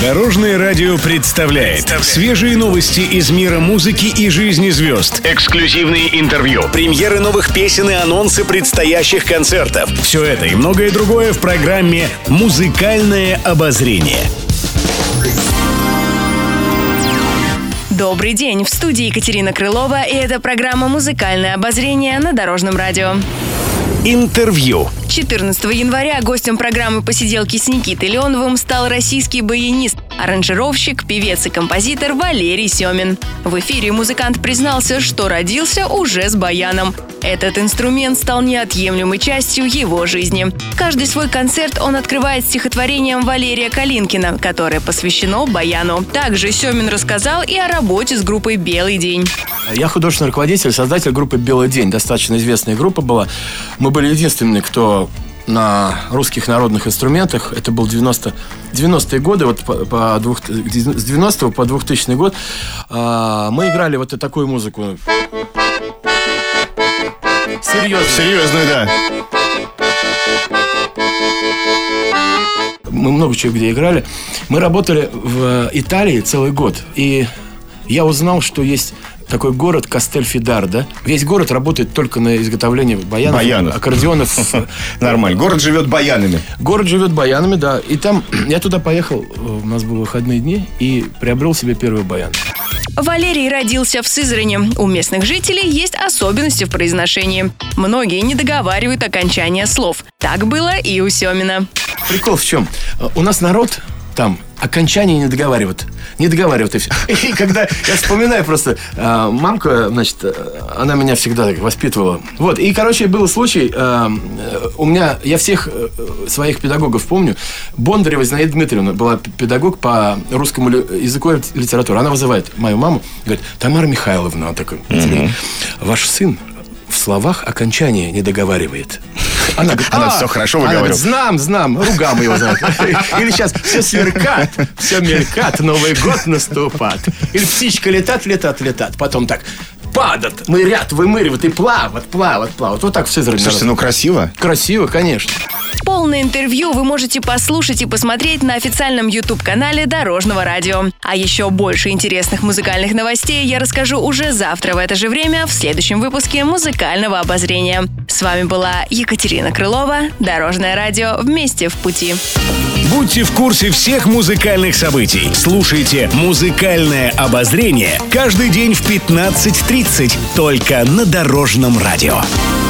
Дорожное радио представляет свежие новости из мира музыки и жизни звезд. Эксклюзивные интервью, премьеры новых песен и анонсы предстоящих концертов. Все это и многое другое в программе «Музыкальное обозрение». Добрый день, в студии Екатерина Крылова, и это программа «Музыкальное обозрение» на Дорожном радио. Интервью. 14 января гостем программы «Посиделки с Никитой Леоновым» стал российский баянист, аранжировщик, певец и композитор Валерий Семин. В эфире музыкант признался, что родился уже с баяном. Этот инструмент стал неотъемлемой частью его жизни. Каждый свой концерт он открывает стихотворением Валерия Калинкина, которое посвящено баяну. Также Семин рассказал и о работе с группой «Белый день». Я художественный руководитель, создатель группы «Белый день». Достаточно известная группа была. Мы были единственными, кто на русских народных инструментах, это был 90-е годы, вот с 90 по 2000 год, мы играли вот такую музыку. Серьезную, да. Мы много чего где играли. Мы работали в Италии целый год. И я узнал, что есть такой город Кастельфидарда. Весь город работает только на изготовлении баянов. Аккордеонов. Нормально. Город живет баянами. Город живет баянами, да. И там я туда поехал, у нас были выходные дни, и приобрел себе первый баян. Валерий родился в Сызрани. У местных жителей есть особенности в произношении. Многие не договаривают окончания слов. Так было и у Семина. Прикол в чем? У нас народ там окончание не договаривает. Не договаривает и все. И когда я вспоминаю просто, мамка, значит, она меня всегда так воспитывала. Вот, и, короче, был случай, у меня, я всех своих педагогов помню. Бондарева Зинаида Дмитриевна была педагог по русскому языку и литературе. Она вызывает мою маму, говорит: Тамара Михайловна, она такой, ваш сын в словах окончание не договаривает. Она говорит, все хорошо выговаривает. Знам, ругам его зовут. Или сейчас все мелькат, Новый год наступает. Или птичка летат. Потом так падат, мырят, вымыривают и плавают. Вот так все зрозумело. Слушайте, красиво. Красиво, конечно. Полное интервью вы можете послушать и посмотреть на официальном YouTube-канале Дорожного радио. А еще больше интересных музыкальных новостей я расскажу уже завтра в это же время в следующем выпуске «Музыкального обозрения». С вами была Екатерина Крылова, Дорожное радио, вместе в пути. Будьте в курсе всех музыкальных событий. Слушайте «Музыкальное обозрение» каждый день в 15:30 только на Дорожном радио.